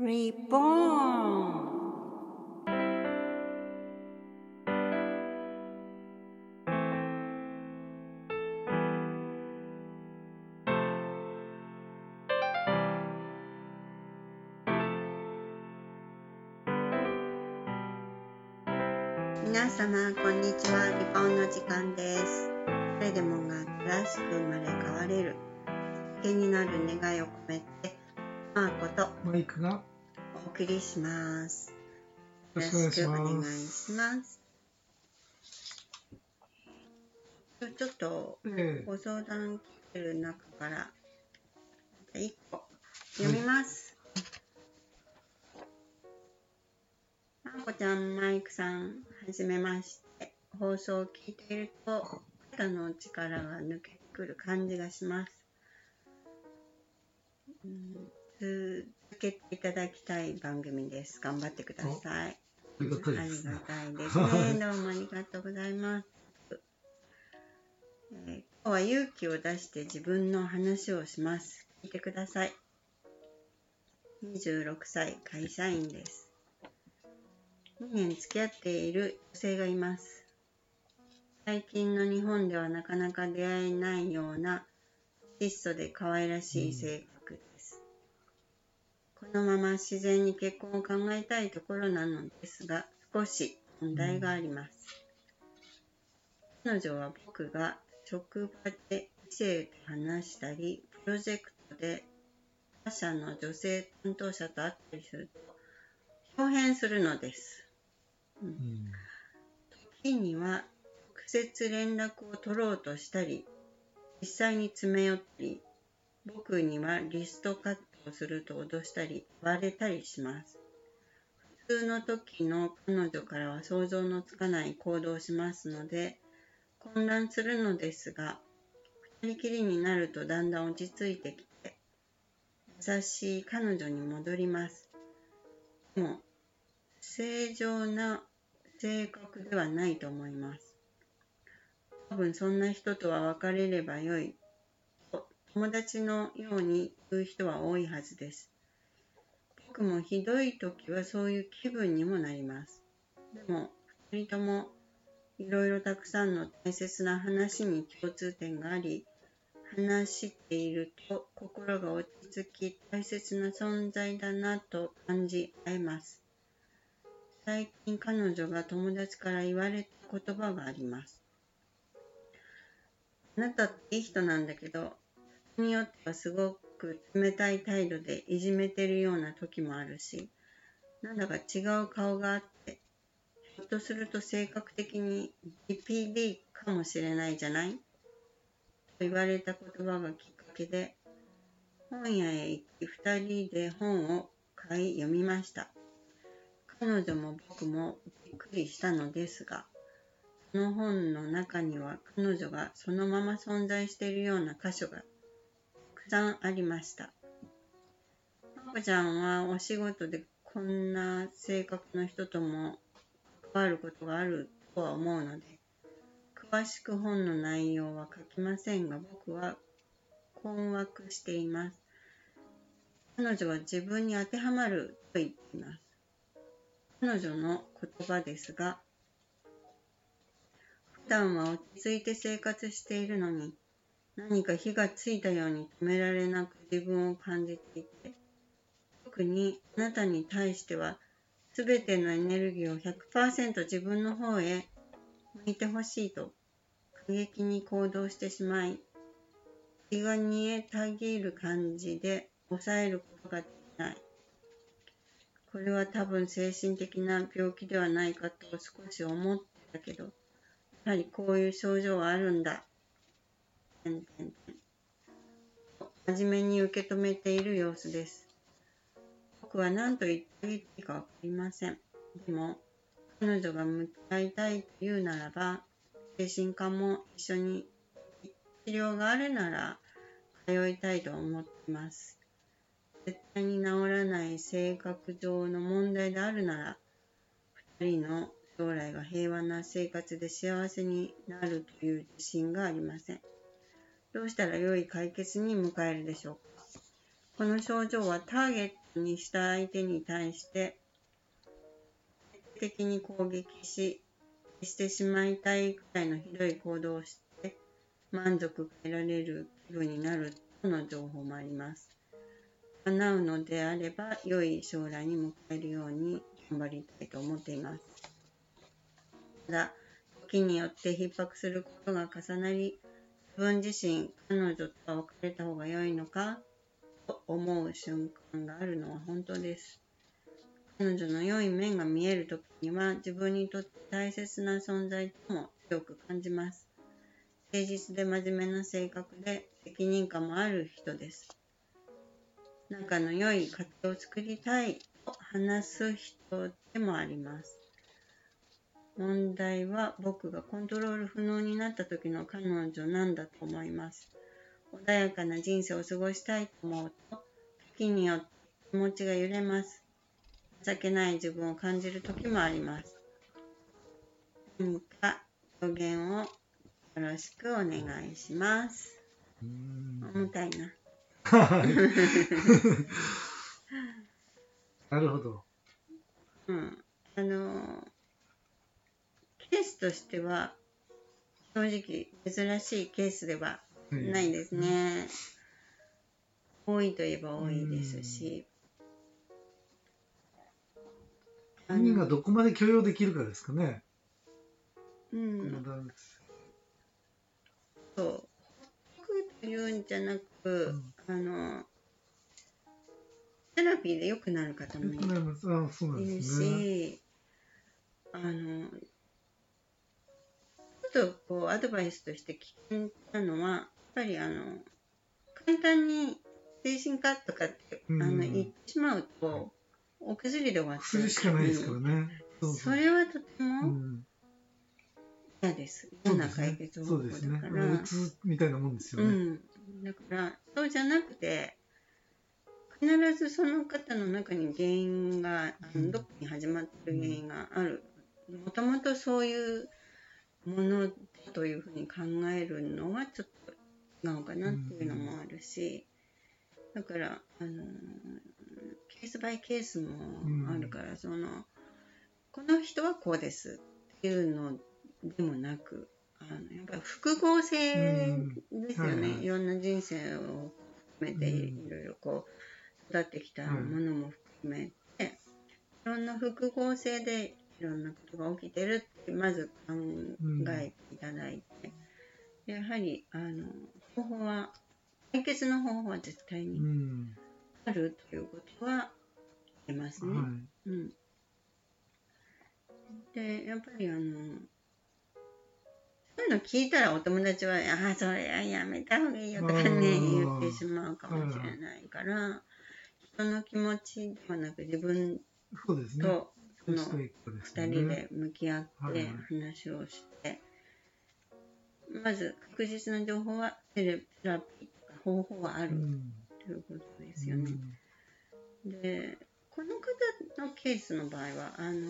Reborn。皆様こんにちは。リボンの時間です。誰でもが新しく生まれ変われる気になる願いを込めてマーコとマイクがお送りします。 よろしくお願いしよろしくお願いましす。 ます。ちょっとご相談来てる中から1個読みます。マーコちゃん、マイクさん、はじめまして。放送を聞いていると肩の力が抜けてくる感じがします。続けていただきたい番組です。頑張ってください。 ありがたいあですね。 りがたいですね。どうもありがとうございます。今日は勇気を出して自分の話をします。聞いてください。26歳、会社員です。2年付き合っている女性がいます。最近の日本ではなかなか出会えないような質素で可愛らしい性格です。このまま自然に結婚を考えたいところなのですが、少し問題があります。彼女は僕が職場で異性と話したり、プロジェクトで他社の女性担当者と会ったりすると表変するのです。時には直接連絡を取ろうとしたり、実際に詰め寄ったり、僕にはリストカットをすると脅したり、言われたりします。普通の時の彼女からは想像のつかない行動をしますので、混乱するのですが、二人きりになるとだんだん落ち着いてきて、優しい彼女に戻ります。でも、正常な性格ではないと思います。多分そんな人とは別れればよいと友達のように言う人は多いはずです。僕もひどい時はそういう気分にもなります。でも、二人ともいろいろたくさんの大切な話に共通点があり、話していると心が落ち着き大切な存在だなと感じ合えます。最近彼女が友達から言われた言葉があります。あなたっていい人なんだけど、人によってはすごく冷たい態度でいじめてるような時もあるし、なんだか違う顔があって、ひょっとすると性格的に DPD かもしれないじゃないと言われた言葉がきっかけで、本屋へ行き二人で本を買い読みました。彼女も僕もびっくりしたのですが、その本の中には彼女がそのまま存在しているような箇所がたくさんありました。まこちゃんはお仕事でこんな性格の人とも関わることがあるとは思うので、詳しく本の内容は書きませんが、僕は困惑しています。彼女は自分に当てはまると言っています。彼女の言葉ですが、普段は落ち着いて生活しているのに、何か火がついたように止められなく自分を感じていて、特にあなたに対しては、すべてのエネルギーを 100% 自分の方へ向いてほしいと過激に行動してしまい、気が煮えたぎる感じで抑えることができない。これは多分精神的な病気ではないかと少し思ってたけど、やはりこういう症状はあるんだ。真面目に受け止めている様子です。僕は何と言ってあげていいかわかりません。でも、彼女が向き合いたいというならば、精神科も一緒に治療があるなら通いたいと思っています。絶対に治らない性格上の問題であるなら、二人の将来が平和な生活で幸せになるという自信がありません。どうしたら良い解決に迎えるでしょうか。 この症状はターゲットにした相手に対して徹底的に攻撃し、消してしまいたいくらいのひどい行動をして満足が得られる気分になるとの情報もあります。叶うのであれば良い将来に迎えるように頑張りたいと思っています。ただ、時によって逼迫することが重なり、自分自身、彼女とは別れた方が良いのかと思う瞬間があるのは本当です。彼女の良い面が見えるときには、自分にとって大切な存在とも強く感じます。誠実で真面目な性格で責任感もある人です。仲の良い家庭を作りたいと話す人でもあります。問題は僕がコントロール不能になった時の彼女なんだと思います。穏やかな人生を過ごしたいと思うと、時によって気持ちが揺れます。情けない自分を感じる時もあります。何か助言をよろしくお願いします。重たいな。 なるほど。 ケースとしては正直珍しいケースではないですね。多いといえば多いですし、 本人がどこまで許容できるかですかね。 そう、ほっとくというんじゃなく、セラピーで良くなる方もいるし、ちょっとこうアドバイスとして聞いたのは、やっぱり簡単に精神科とかって言ってしまうと、お薬で終わっちゃう。 薬しかないですからね。 それはとても嫌です。嫌な解決方法だから。 うつみたいなもんですよね。 だからそうじゃなくて、必ずその方の中に原因がどこに始まってる原因がある。もともとそういうものというふうに考えるのはちょっと違うかなっていうのもあるし、だからケースバイケースもあるから、この人はこうですっていうのでもなく、やっぱり複合性ですよね。いろんな人生を含めていろいろこう育ってきたものも含めて、いろんな複合性でいろんなことが起きてるってまず考えていただいて、やはり方法は解決の方法は絶対にあるということは言えますね。でやっぱりそういうの聞いたらお友達はそれはやめた方がいいよとかね言ってしまうかもしれないから、人の気持ちではなく自分とその2人で向き合って話をして、まず確実な情報はセラピーとか方法はあるということですよね。でこの方のケースの場合は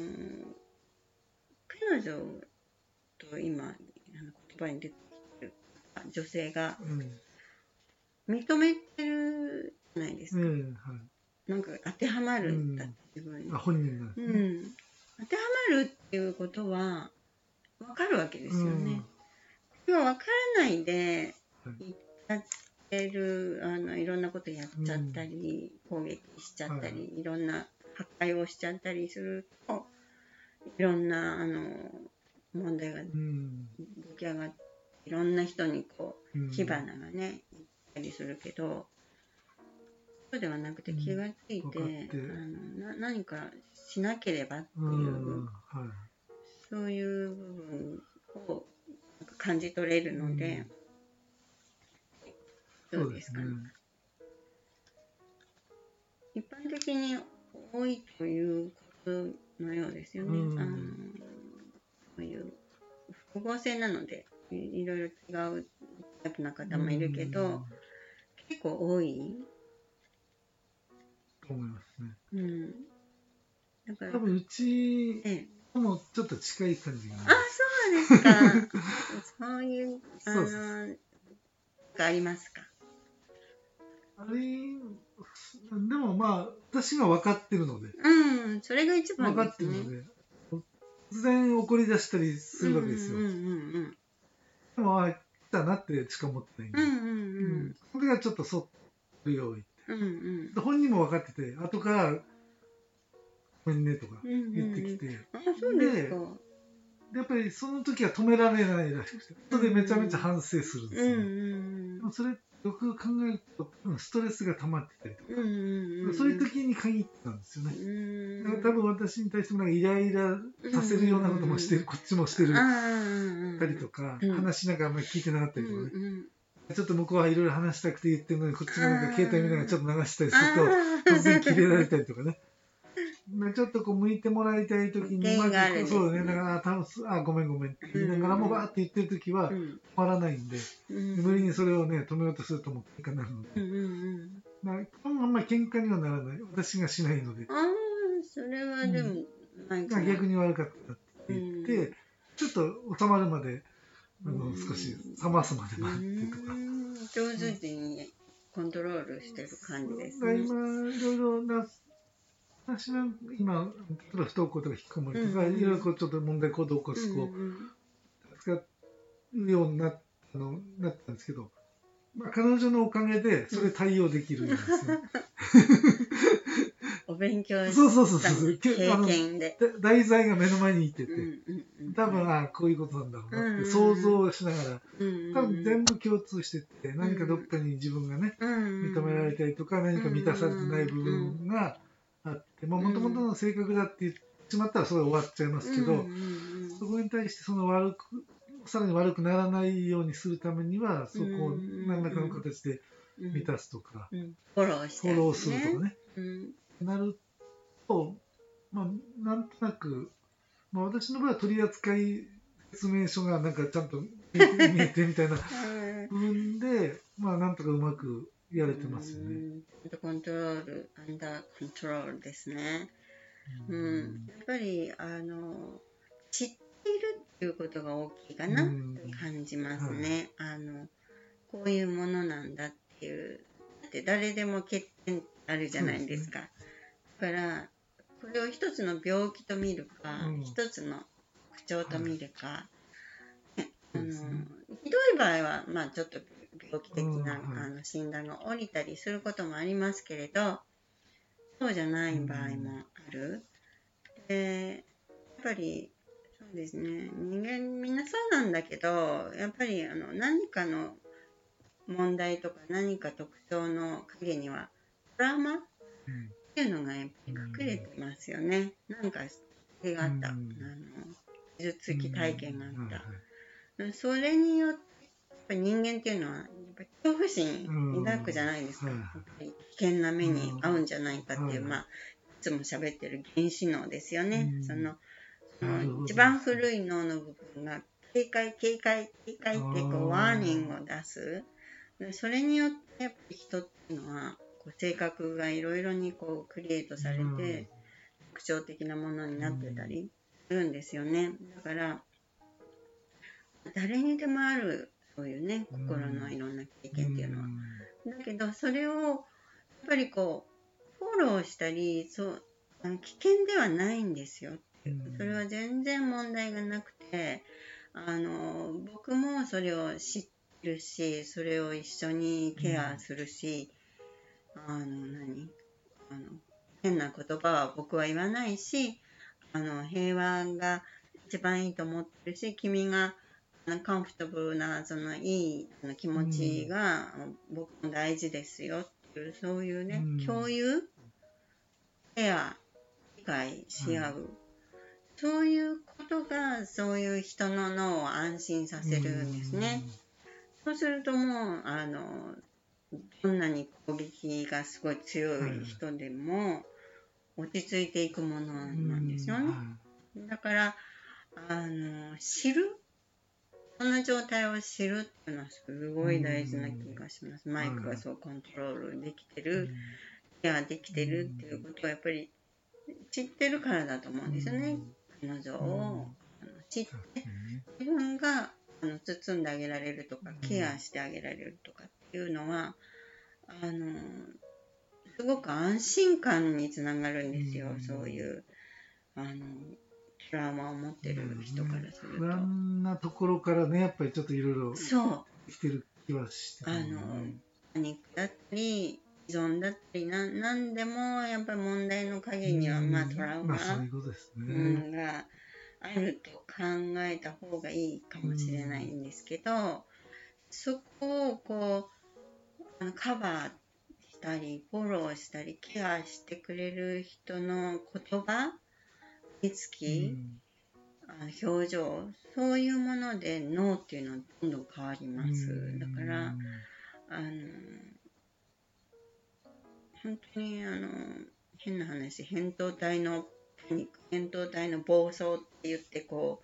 彼女と今言葉に出てきてる女性が認めてるじゃないですか。なんか当てはまるんだって自分に。 本人が。 当てはまるっていうことは分かるわけですよね。これは分からないで言っちゃってる、いろんなことやっちゃったり、攻撃しちゃったり、いろんな破壊をしちゃったりすると、いろんな問題が出来上がって、いろんな人にこう火花がねいったりするけど、そうではなくて気がついて、何かしなければっていう、そういう部分を感じ取れるので、どうですかね。一般的に多いということのようですよね。そういう複合性なのでいろいろ違うタイプな方もいるけど、結構多いと思いますね。 だから多分うちともちょっと近い感じが。 そうですか。そういうがありますか。 あれ、でもまあ、私が分かってるので、 それが一番分かですね。 ってるので、突然怒り出したりするわけですよ。でも、あ、来たなってしか思ってないんで、それがちょっとそっとるように。本人も分かってて、後からごめんねとか言ってきて、 あ、そうですか。 やっぱりその時は止められないらしくて、それでめちゃめちゃ反省するんですよね。でもそれよく考えると、ストレスが溜まってたりとか、そういう時に限ってたんですよね。だから多分私に対してもなんかイライラさせるようなこともしてる、こっちもしてるたりとか、話しながらあんまり聞いてなかったりとかね。ちょっと向こうはいろいろ話したくて言ってるのに、こっちがなんか携帯見ながらちょっと流したりすると、突然切れられたりとかね。ちょっとこう向いてもらいたい時に、そうだね、だから多分、ごめんごめんって言いながらもバーって言ってる時は止まらないんで、無理にそれをね、止めようとするともう喧嘩になるので。あんまり喧嘩にはならない。私がしないので。 それはでも、 逆に悪かったって言って、ちょっと収まるまで、少し冷ますまで待ってとか。 上手にコントロールしてる感じですね。 今、いろいろな、私は今、例えば不登校とか引きこもりとか、いろいろこうちょっと問題行動を起こす子を使うようになったんですけど、彼女のおかげでそれ対応できるんですよ。 お勉強した経験で。 題材が目の前にいてて、多分、こういうことなんだろうなって想像しながら、多分全部共通してて、何かどっかに自分がね、認められたりとか、何か満たされてない部分があって、もともとの性格だって言ってしまったらそれ終わっちゃいますけど、そこに対してさらに悪くならないようにするためには、そこを何らかの形で満たすとか、 フォローするとかね、なると、なんとなく、私の場合は取扱説明書がなんかちゃんと見えてみたいな部分で、なんとかうまくやれてますよね。 アンダーコントロールですね。やっぱり知っているっていうことが大きいかなって感じますね。こういうものなんだっていう。だって誰でも欠点あるじゃないですか。だからこれを一つの病気と見るか、一つの特徴と見るか、ひどい場合はちょっと病気的な診断が下りたりすることもありますけれど、そうじゃない場合もある。で、やっぱりそうですね、人間みんなそうなんだけど、やっぱり何かの問題とか何か特徴の陰にはトラウマっていうのがやっぱり隠れてますよね。なんかそれがあった、傷つき体験があった。それによってやっぱり人間っていうのはやっぱり恐怖心抱くじゃないですか。やっぱり危険な目に遭うんじゃないかっていう、いつも喋ってる原始脳ですよね。その一番古い脳の部分が警戒ってこうワーニングを出す。それによってやっぱり人っていうのは性格がいろいろにこうクリエイトされて特徴的なものになってたりするんですよね。だから誰にでもあるそういうね心のいろんな経験っていうのは。だけどそれをやっぱりこうフォローしたり危険ではないんですよっていう。それは全然問題がなくて僕もそれを知ってるし、それを一緒にケアするし、変な言葉は僕は言わないし、平和が一番いいと思ってるし、君がカンフタブルな、いい気持ちが僕も大事ですよっていう、そういうね、共有、ケア、理解し合う。そういうことが、そういう人の脳を安心させるんですね。そうするともう、どんなに攻撃がすごい強い人でも、落ち着いていくものなんですよね。だから、知る、その状態を知るっていうのはすごい大事な気がします。マイクがそうコントロールできてる、ケアできてるっていうことはやっぱり知ってるからだと思うんですよね。彼女を知って自分が包んであげられるとかケアしてあげられるとかっていうのはすごく安心感につながるんですよ、そういうトラウマを持ってる人からすると。 不安なところからね、やっぱりちょっといろいろそう来てる気はしてる、 パニックだったり依存だったりなんでもやっぱり問題の陰にはトラウマそういうことですね、 があると考えた方がいいかもしれないんですけど、そこをこうカバーしたりフォローしたりケアしてくれる人の言葉、目つき、表情、そういうもので脳っていうのはどんどん変わります。だから本当に変な話、扁桃体のパニック、扁桃体の暴走って言ってこ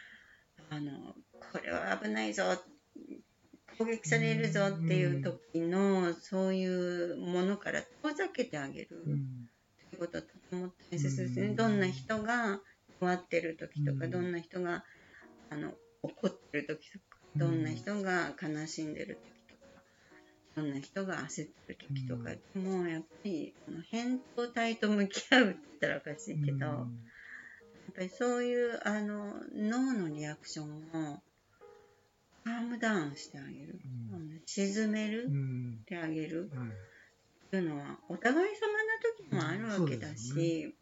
れは危ないぞ、攻撃されるぞっていう時のそういうものから遠ざけてあげるということはとても大切ですね。どんな人が弱ってる時とか、どんな人が怒ってる時とか、どんな人が悲しんでる時とか、どんな人が焦ってる時とか、もうやっぱり扁桃体と向き合うって言ったらおかしいけど、やっぱりそういう脳のリアクションをカームダウンしてあげる、沈めるってあげるっていうのはお互い様な時もあるわけだし、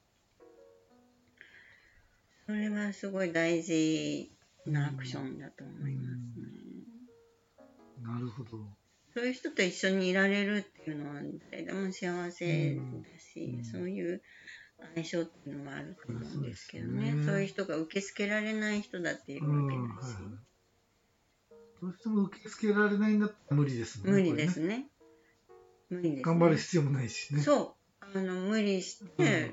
それはすごい大事なアクションだと思いますね。 なるほど。 そういう人と一緒にいられるっていうのは誰でも幸せだし、そういう相性っていうのはあると思うんですけどね。そういう人が受け付けられない人だっているわけだし。 どうしても受け付けられないんだったら無理ですもんね。 無理ですね。無理ですね。 頑張る必要もないしね。 そう。無理して、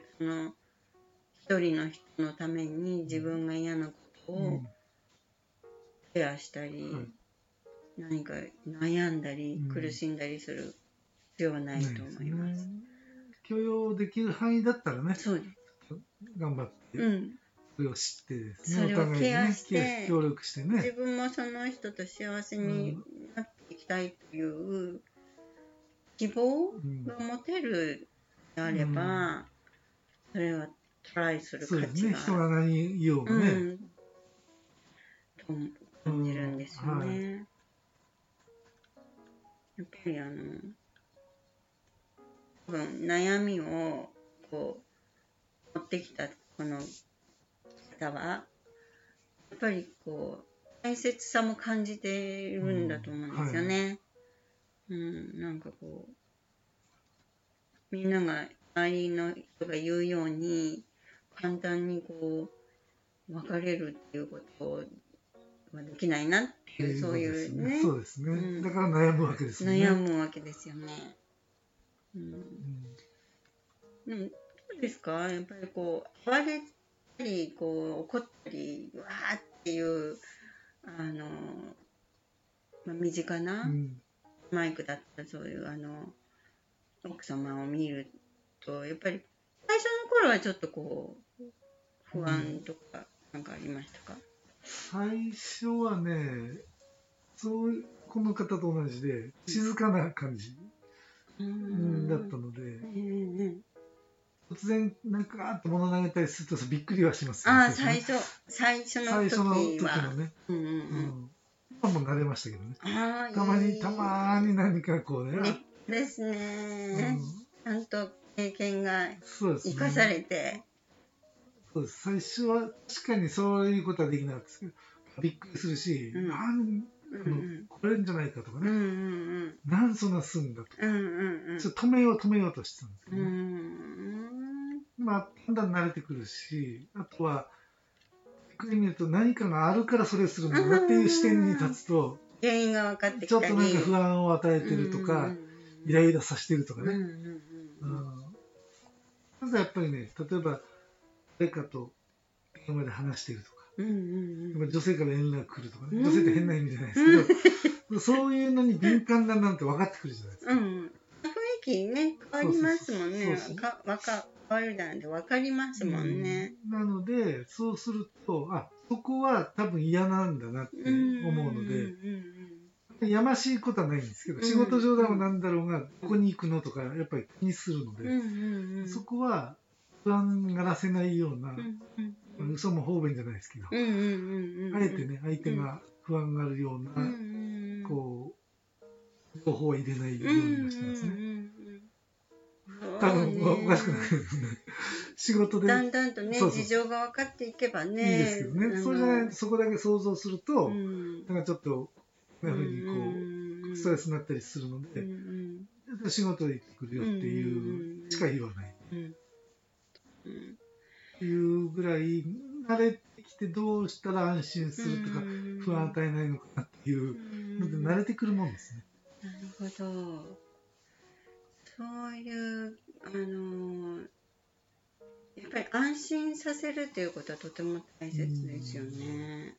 一人の人のために自分が嫌なことをケアしたり、何か悩んだり、苦しんだりする必要はないと思います。 許容できる範囲だったらね、 そうです。 頑張って、それを知ってですね、 それをケアして、 協力してね。 自分もその人と幸せになっていきたいという希望が持てるであれば、それはトライする価値がある。そうですね、 人が何言おうがね。 と感じるんですよね。やっぱり多分悩みをこう持ってきたこの方はやっぱりこう大切さも感じているんだと思うんですよね。なんかこうみんなが周りの人が言うように簡単にこう別れるっていうことはできないなっていう、そういうね。 そうですね。だから悩むわけですよね。 悩むわけですよね。でもどうですか？やっぱりこう暴れたりこう怒ったりわーっていう身近なマイクだったらそういう奥様を見るとやっぱり最初の頃はちょっとこう不安とかなんかありましたか？ 最初はね、この方と同じで静かな感じだったので、突然なんかガーッと物投げたりするとびっくりはしますよね。 最初の時はね。 今も慣れましたけどね。たまに何かこうね。 ですね。ちゃんと経験が生かされて。 そうです。最初は確かにそういうことはできなかったですけど、びっくりするし、これんじゃないかとかね、なんそんなすんだとか、ちょっと止めようとしてたんですけどね。だんだん慣れてくるし、あとは、ゆっくり見ると何かがあるからそれするんだなっていう視点に立つと、 原因が分かってきたり、 ちょっとなんか不安を与えてるとか、イライラさせてるとかね。まずやっぱりね、例えば、誰かと電話で話してるとか、女性から連絡来るとかね、女性って変な意味じゃないですけど、そういうのに敏感だなんて分かってくるじゃないですか。 雰囲気ね、変わりますもんね。変わるなんて分かりますもんね。 なので、そうすると、そこは多分嫌なんだなって思うので、 やましいことはないんですけど、仕事上でもなんだろうが、ここに行くのとか、やっぱり気にするので、そこは不安がらせないような、嘘も方便じゃないですけど、あえてね、相手が不安があるような、こう、情報は入れないようにはしてますね。多分、おかしくないですね。仕事で。 だんだんとね、事情が分かっていけばね。 いいですけどね。そうじゃないと、そこだけ想像すると、なんかちょっと、こんな風にこう、ストレスになったりするので、仕事で行ってくるよっていうしか言わない。っていうぐらい、慣れてきてどうしたら安心するとか、不安与えないのかなっていうので、慣れてくるもんですね。 なるほど。そういう、やっぱり安心させるということはとても大切ですよね。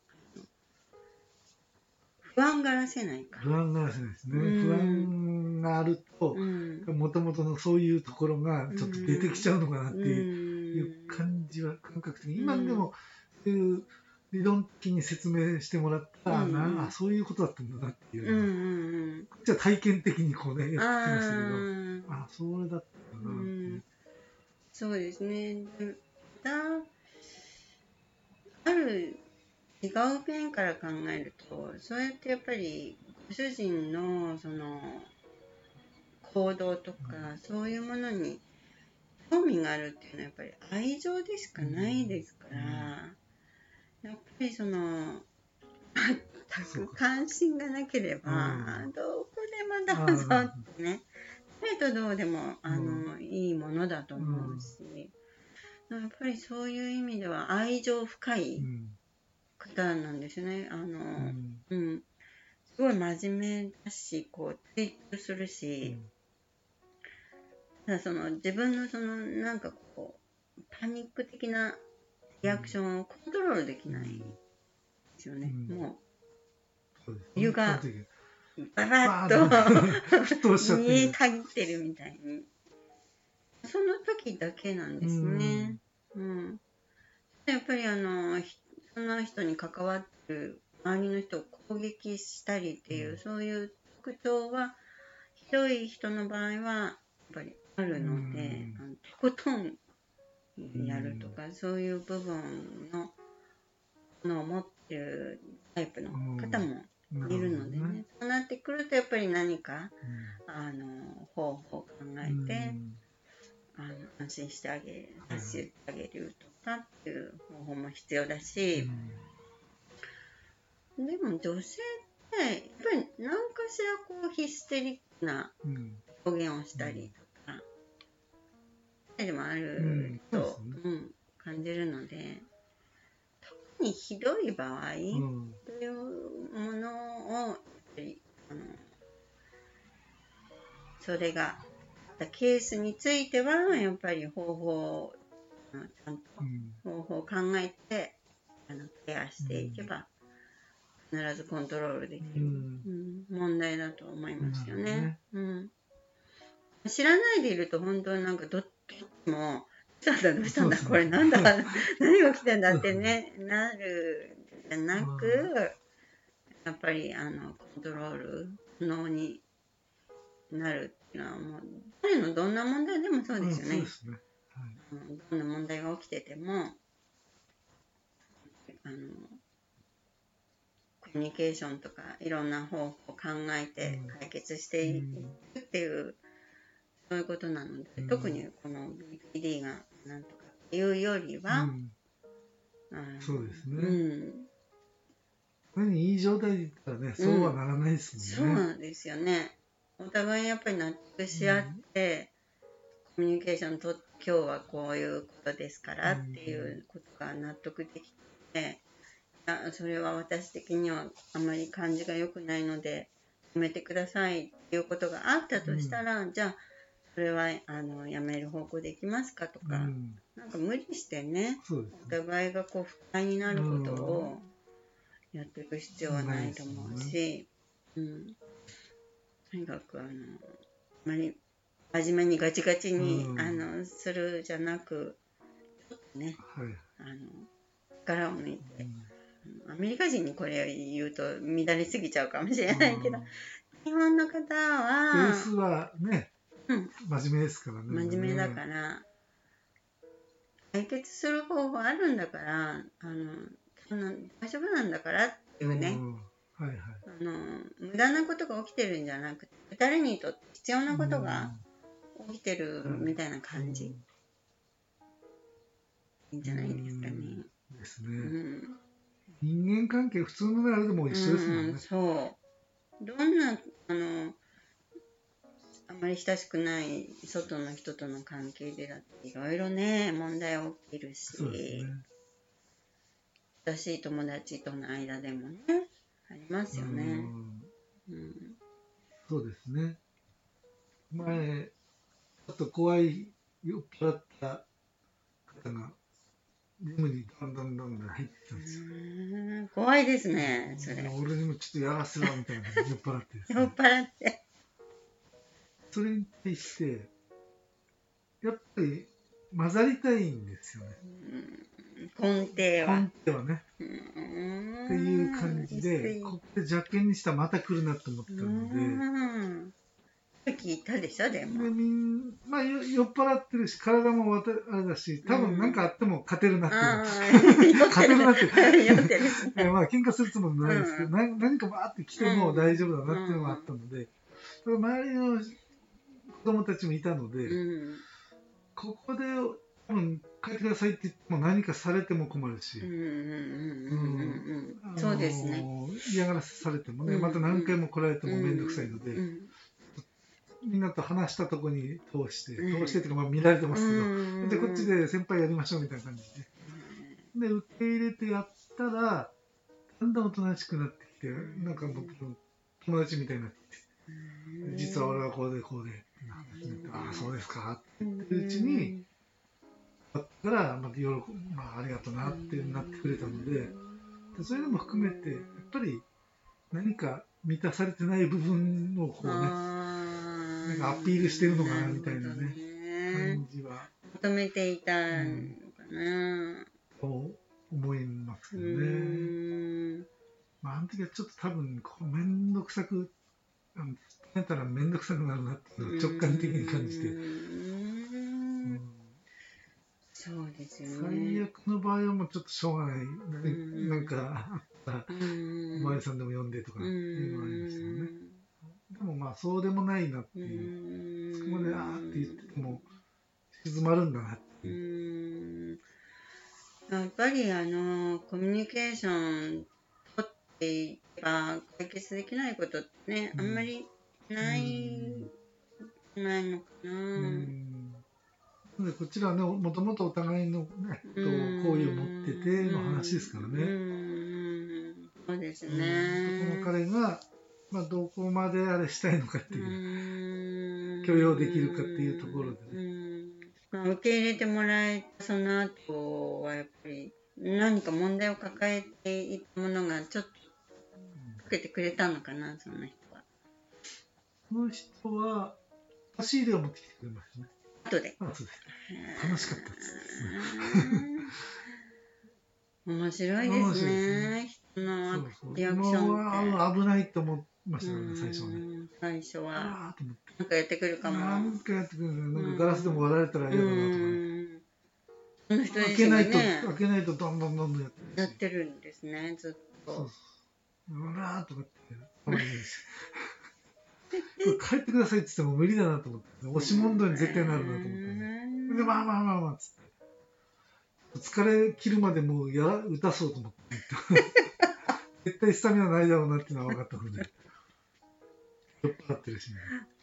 不安がらせないか。 不安がらせないですね。不安があると、もともとのそういうところがちょっと出てきちゃうのかなっていう感じは感覚的に。今でも、そういう理論的に説明してもらったら、あ、そういうことだったんだなっていう。こっちは体験的にこうね、やってきましたけど、あ、それだったんだなっていう。 そうですね。ある違う面から考えると、そうやってやっぱりご主人のその行動とか、そういうものに興味があるっていうのはやっぱり愛情でしかないですから、やっぱりその全く関心がなければ、どこでもどうぞってね、誰とどうでもいいものだと思うし、やっぱりそういう意味では愛情深い方なんですね。すごい真面目だし、こう追求するし、ただその自分のそのなんかこうパニック的なリアクションをコントロールできないですよね。もう湯がババッと煮えたぎってるみたいに、その時だけなんですね。やっぱりその人に関わってる周りの人を攻撃したりっていう、そういう特徴はひどい人の場合はやっぱりあるので、とことんやるとか、そういう部分のものを持ってるタイプの方もいるのでね、そうなってくるとやっぱり何か方法を考えて安心してあげる、助けてあげるとかっていう方法も必要だし、でも女性ってやっぱり何かしらこうヒステリックな表現をしたりとか、でもあると、感じるので、特にひどい場合というものをやっぱりそれがケースについてはやっぱり方法をちゃんと方法を考えてケアしていけば必ずコントロールできる、問題だと思いますよね。知らないでいると本当になんかどっちもどうしたんだこれなんだ何が起きてんだってねなるじゃなく、やっぱりコントロール不能になるっていうのはもう誰のどんな問題でもそうですよね。どんな問題が起きててもコミュニケーションとかいろんな方法を考えて解決していくっていうそういうことなので、特にこの BPD がなんとかっていうよりは、 そうですね。いい状態で言ったらね、そうはならないですもんね。 そうなんですよね。お互いやっぱり納得し合って、コミュニケーションと今日はこういうことですからっていうことが納得できて、それは私的にはあまり感じが良くないのでやめてくださいっていうことがあったとしたら、じゃあそれはやめる方向でいきますかとか、なんか無理してね、お互いがこう不快になることをやっていく必要はないと思うし、とにかくあまり真面目にガチガチにするじゃなく、ちょっとね、力を抜いてアメリカ人にこれを言うと乱れすぎちゃうかもしれないけど、日本の方はベースはね、真面目ですからね。 真面目だから、解決する方法あるんだから、大丈夫なんだからっていうね、 はいはい、 無駄なことが起きてるんじゃなくて、誰にとって必要なことが起きてるみたいな感じ、いいんじゃないですかね。 ですね。人間関係普通のあれでも一緒ですもんね。 そう。どんなあまり親しくない外の人との関係でだっていろいろね問題起きるし、親しい友達との間でもねありますよね。 そうですね。前ちょっと怖い酔っ払った方がジムにだんだん入ってきたんですよ。 怖いですねそれ。 俺にもちょっとやらせろみたいな感じで酔っ払ってですね。 酔っ払ってそれに対してやっぱり混ざりたいんですよね。 根底はね。っていう感じで、ここで邪険にしたらまた来るなと思ったので。聞いたでしょ、でも。 まあ、酔っ払ってるし、体もあれだし、多分何かあっても勝てるなって。勝てるなって。まあ、喧嘩するつもりないですけど、何かバーって来ても大丈夫だなっていうのがあったので、周りの子供たちもいたので、ここで多分帰ってくださいって言っても何かされても困るし、 そうですね。 嫌がらせされてもね、また何回も来られても面倒くさいので、みんなと話したとこに通してっていうか、まあ見られてますけど、じゃあこっちで先輩やりましょうみたいな感じで。で、受け入れてやったら、だんだんおとなしくなってきて、なんか僕の友達みたいになってきて、実は俺はこうで、ああ、そうですかって言ってるうちに、だったら、まあ、ありがとうなってなってくれたので、そういうのも含めて、やっぱり何か満たされてない部分をこうね、なんかアピールしてるのかなみたいなね、感じは。 求めていたのかなと思いますけどね。まあ、あの時はちょっと多分、めんどくさく、やったらめんどくさくなるなっていうのを直感的に感じて。 そうですよね。 最悪の場合はもうちょっとしょうがない。なんかあったら、お前さんでも呼んでとかいうのはありますよね。でもまあそうでもないなっていう。そこまであーって言ってても静まるんだなっていう。 やっぱりコミュニケーション取っていけば解決できないことってね、あんまりないのかな。 でこちらはね、もともとお互いの、ね、好意を持ってての話ですからね。 そうですね。 この彼が、まあ、どこまであれしたいのかっていう、許容できるかっていうところでね。 まあ、受け入れてもらえたその後はやっぱり何か問題を抱えていたものがちょっと解けてくれたのかな、その人は。 その人は差し入れを持ってきてくれましたね。 後で。 そうです。楽しかったですね。 面白いですね。人のリアクションって。 危ないと思いましたね、最初はね。 最初は。 なんかやってくるかも。 なんかやってくるなんかガラスでも割られたら嫌だなとかね。 その人開けないとどんどんやってるんですね、ずっと。 うわーとかって、これ帰ってくださいって言っても無理だなと思って、押し問答に絶対なるなと思って、で、まあつって、疲れ切るまでもう打たそうと思って、絶対スタミナないだろうなっていうのは分かったので、酔っ払ってるしね。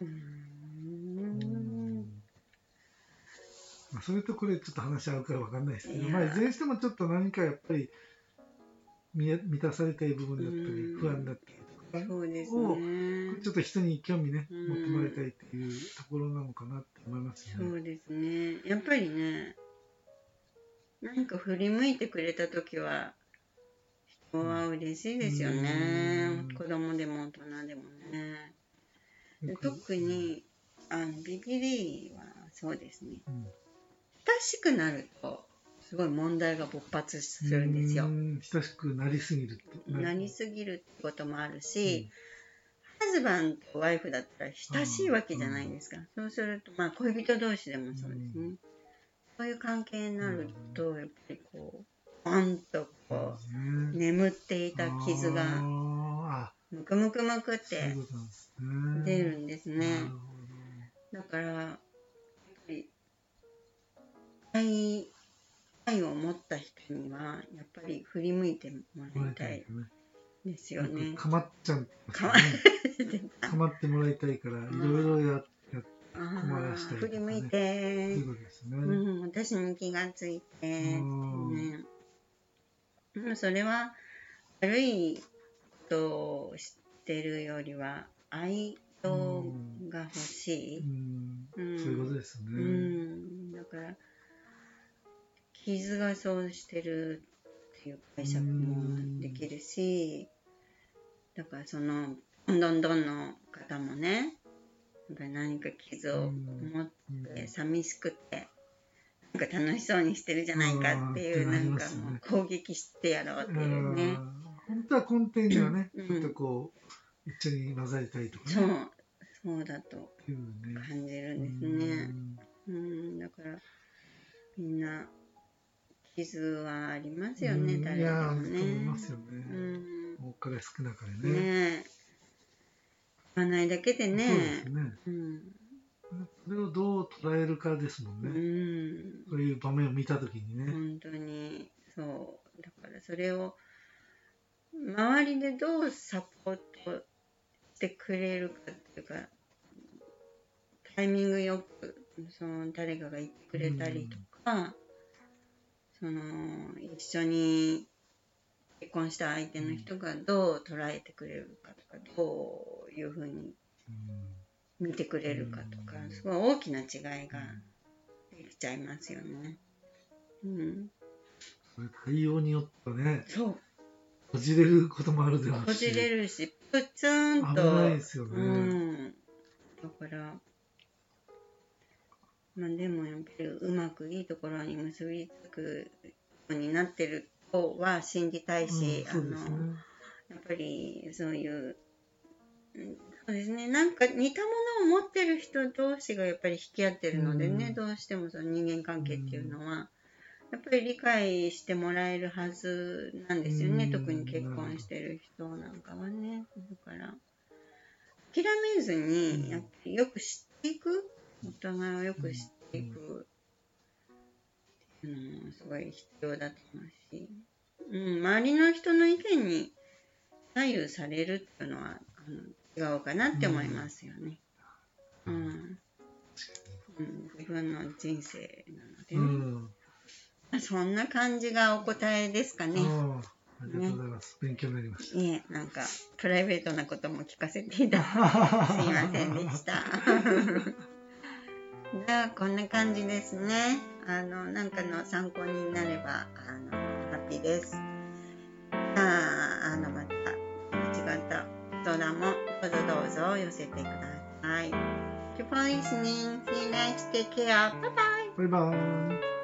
それとこれちょっと話し合うから分かんないですけど、まあいずれにしてもちょっと何かやっぱり満たされたい部分だったり、不安だったりとかを、ちょっと人に興味ね、持ってもらいたいっていうところなのかなって思いますよね。 そうですね。やっぱりね、何か振り向いてくれたときは、人は嬉しいですよね。子供でも大人でもね。特にBPD はそうですね。親しくなるとすごい問題が勃発するんですよ。 親しくなりすぎると。 なりすぎるってこともあるし、ハズバンとワイフだったら親しいわけじゃないですか。そうすると、まあ恋人同士でもそうですね。そういう関係になると、やっぱりこう、ポンとこう、眠っていた傷が、ムクムクムクって出るんですね。だから、やっぱり、愛を持った人には、やっぱり振り向いてもらいたいですよね。 かまっちゃう。かまってもらいたいから、いろいろ困らしたい、 振り向いて、 そういうことですね。 私に気がついて、ね。それは悪いことをしてるよりは愛情が欲しい。 そういうことですね。 だから傷がそうしてるっていう解釈もできるし、だからそのどんどんの方もね、やっぱり何か傷を持って寂しくて。なんか楽しそうにしてるじゃないかっていう、なんかもう攻撃してやろうっていうね。 本当は根底にはね、ちょっとこう一緒に混ざりたいとかね。 そうだと感じるんですね。だからみんな傷はありますよね、誰でもね。 いや、ありますよね。多かれ少なかれね。 ねえ。言わないだけでね。 そうですね。それをどう捉えるかですもんね。そういう場面を見たときにね。 本当にそう。だからそれを周りでどうサポートしてくれるかっていうか、タイミングよくその誰かが言ってくれたりとか、その一緒に結婚した相手の人がどう捉えてくれるかとか、どういうふうに見てくれるかとか、すごい大きな違いができちゃいますよね。 それ対応によってはね、 そう。 こじれることもあるでしょうし。 こじれるし、プツンと。 危ないですよね。 だから、まあでもやっぱりうまくいいところに結びつくようになってるとは信じたいし、やっぱりそういう、そうですね、なんか似たものを持ってる人同士がやっぱり引き合ってるのでね、どうしてもその人間関係っていうのは、やっぱり理解してもらえるはずなんですよね、特に結婚してる人なんかはね。だから、諦めずに、やっぱりよく知っていく、お互いをよく知っていくっていうのもすごい必要だと思うし、周りの人の意見に左右されるっていうのは違うかなって思いますよね。自分の人生なのでね。そんな感じがお答えですかね。 ありがとうございます。勉強になりました。 いえ、なんかプライベートなことも聞かせていただいてすいませんでした。じゃあこんな感じですね。なんかの参考になればハッピーです。じゃあまた間違った相談もどうぞ寄せてください。Thank you for listening. See you next. Take care. Bye bye. Bye bye.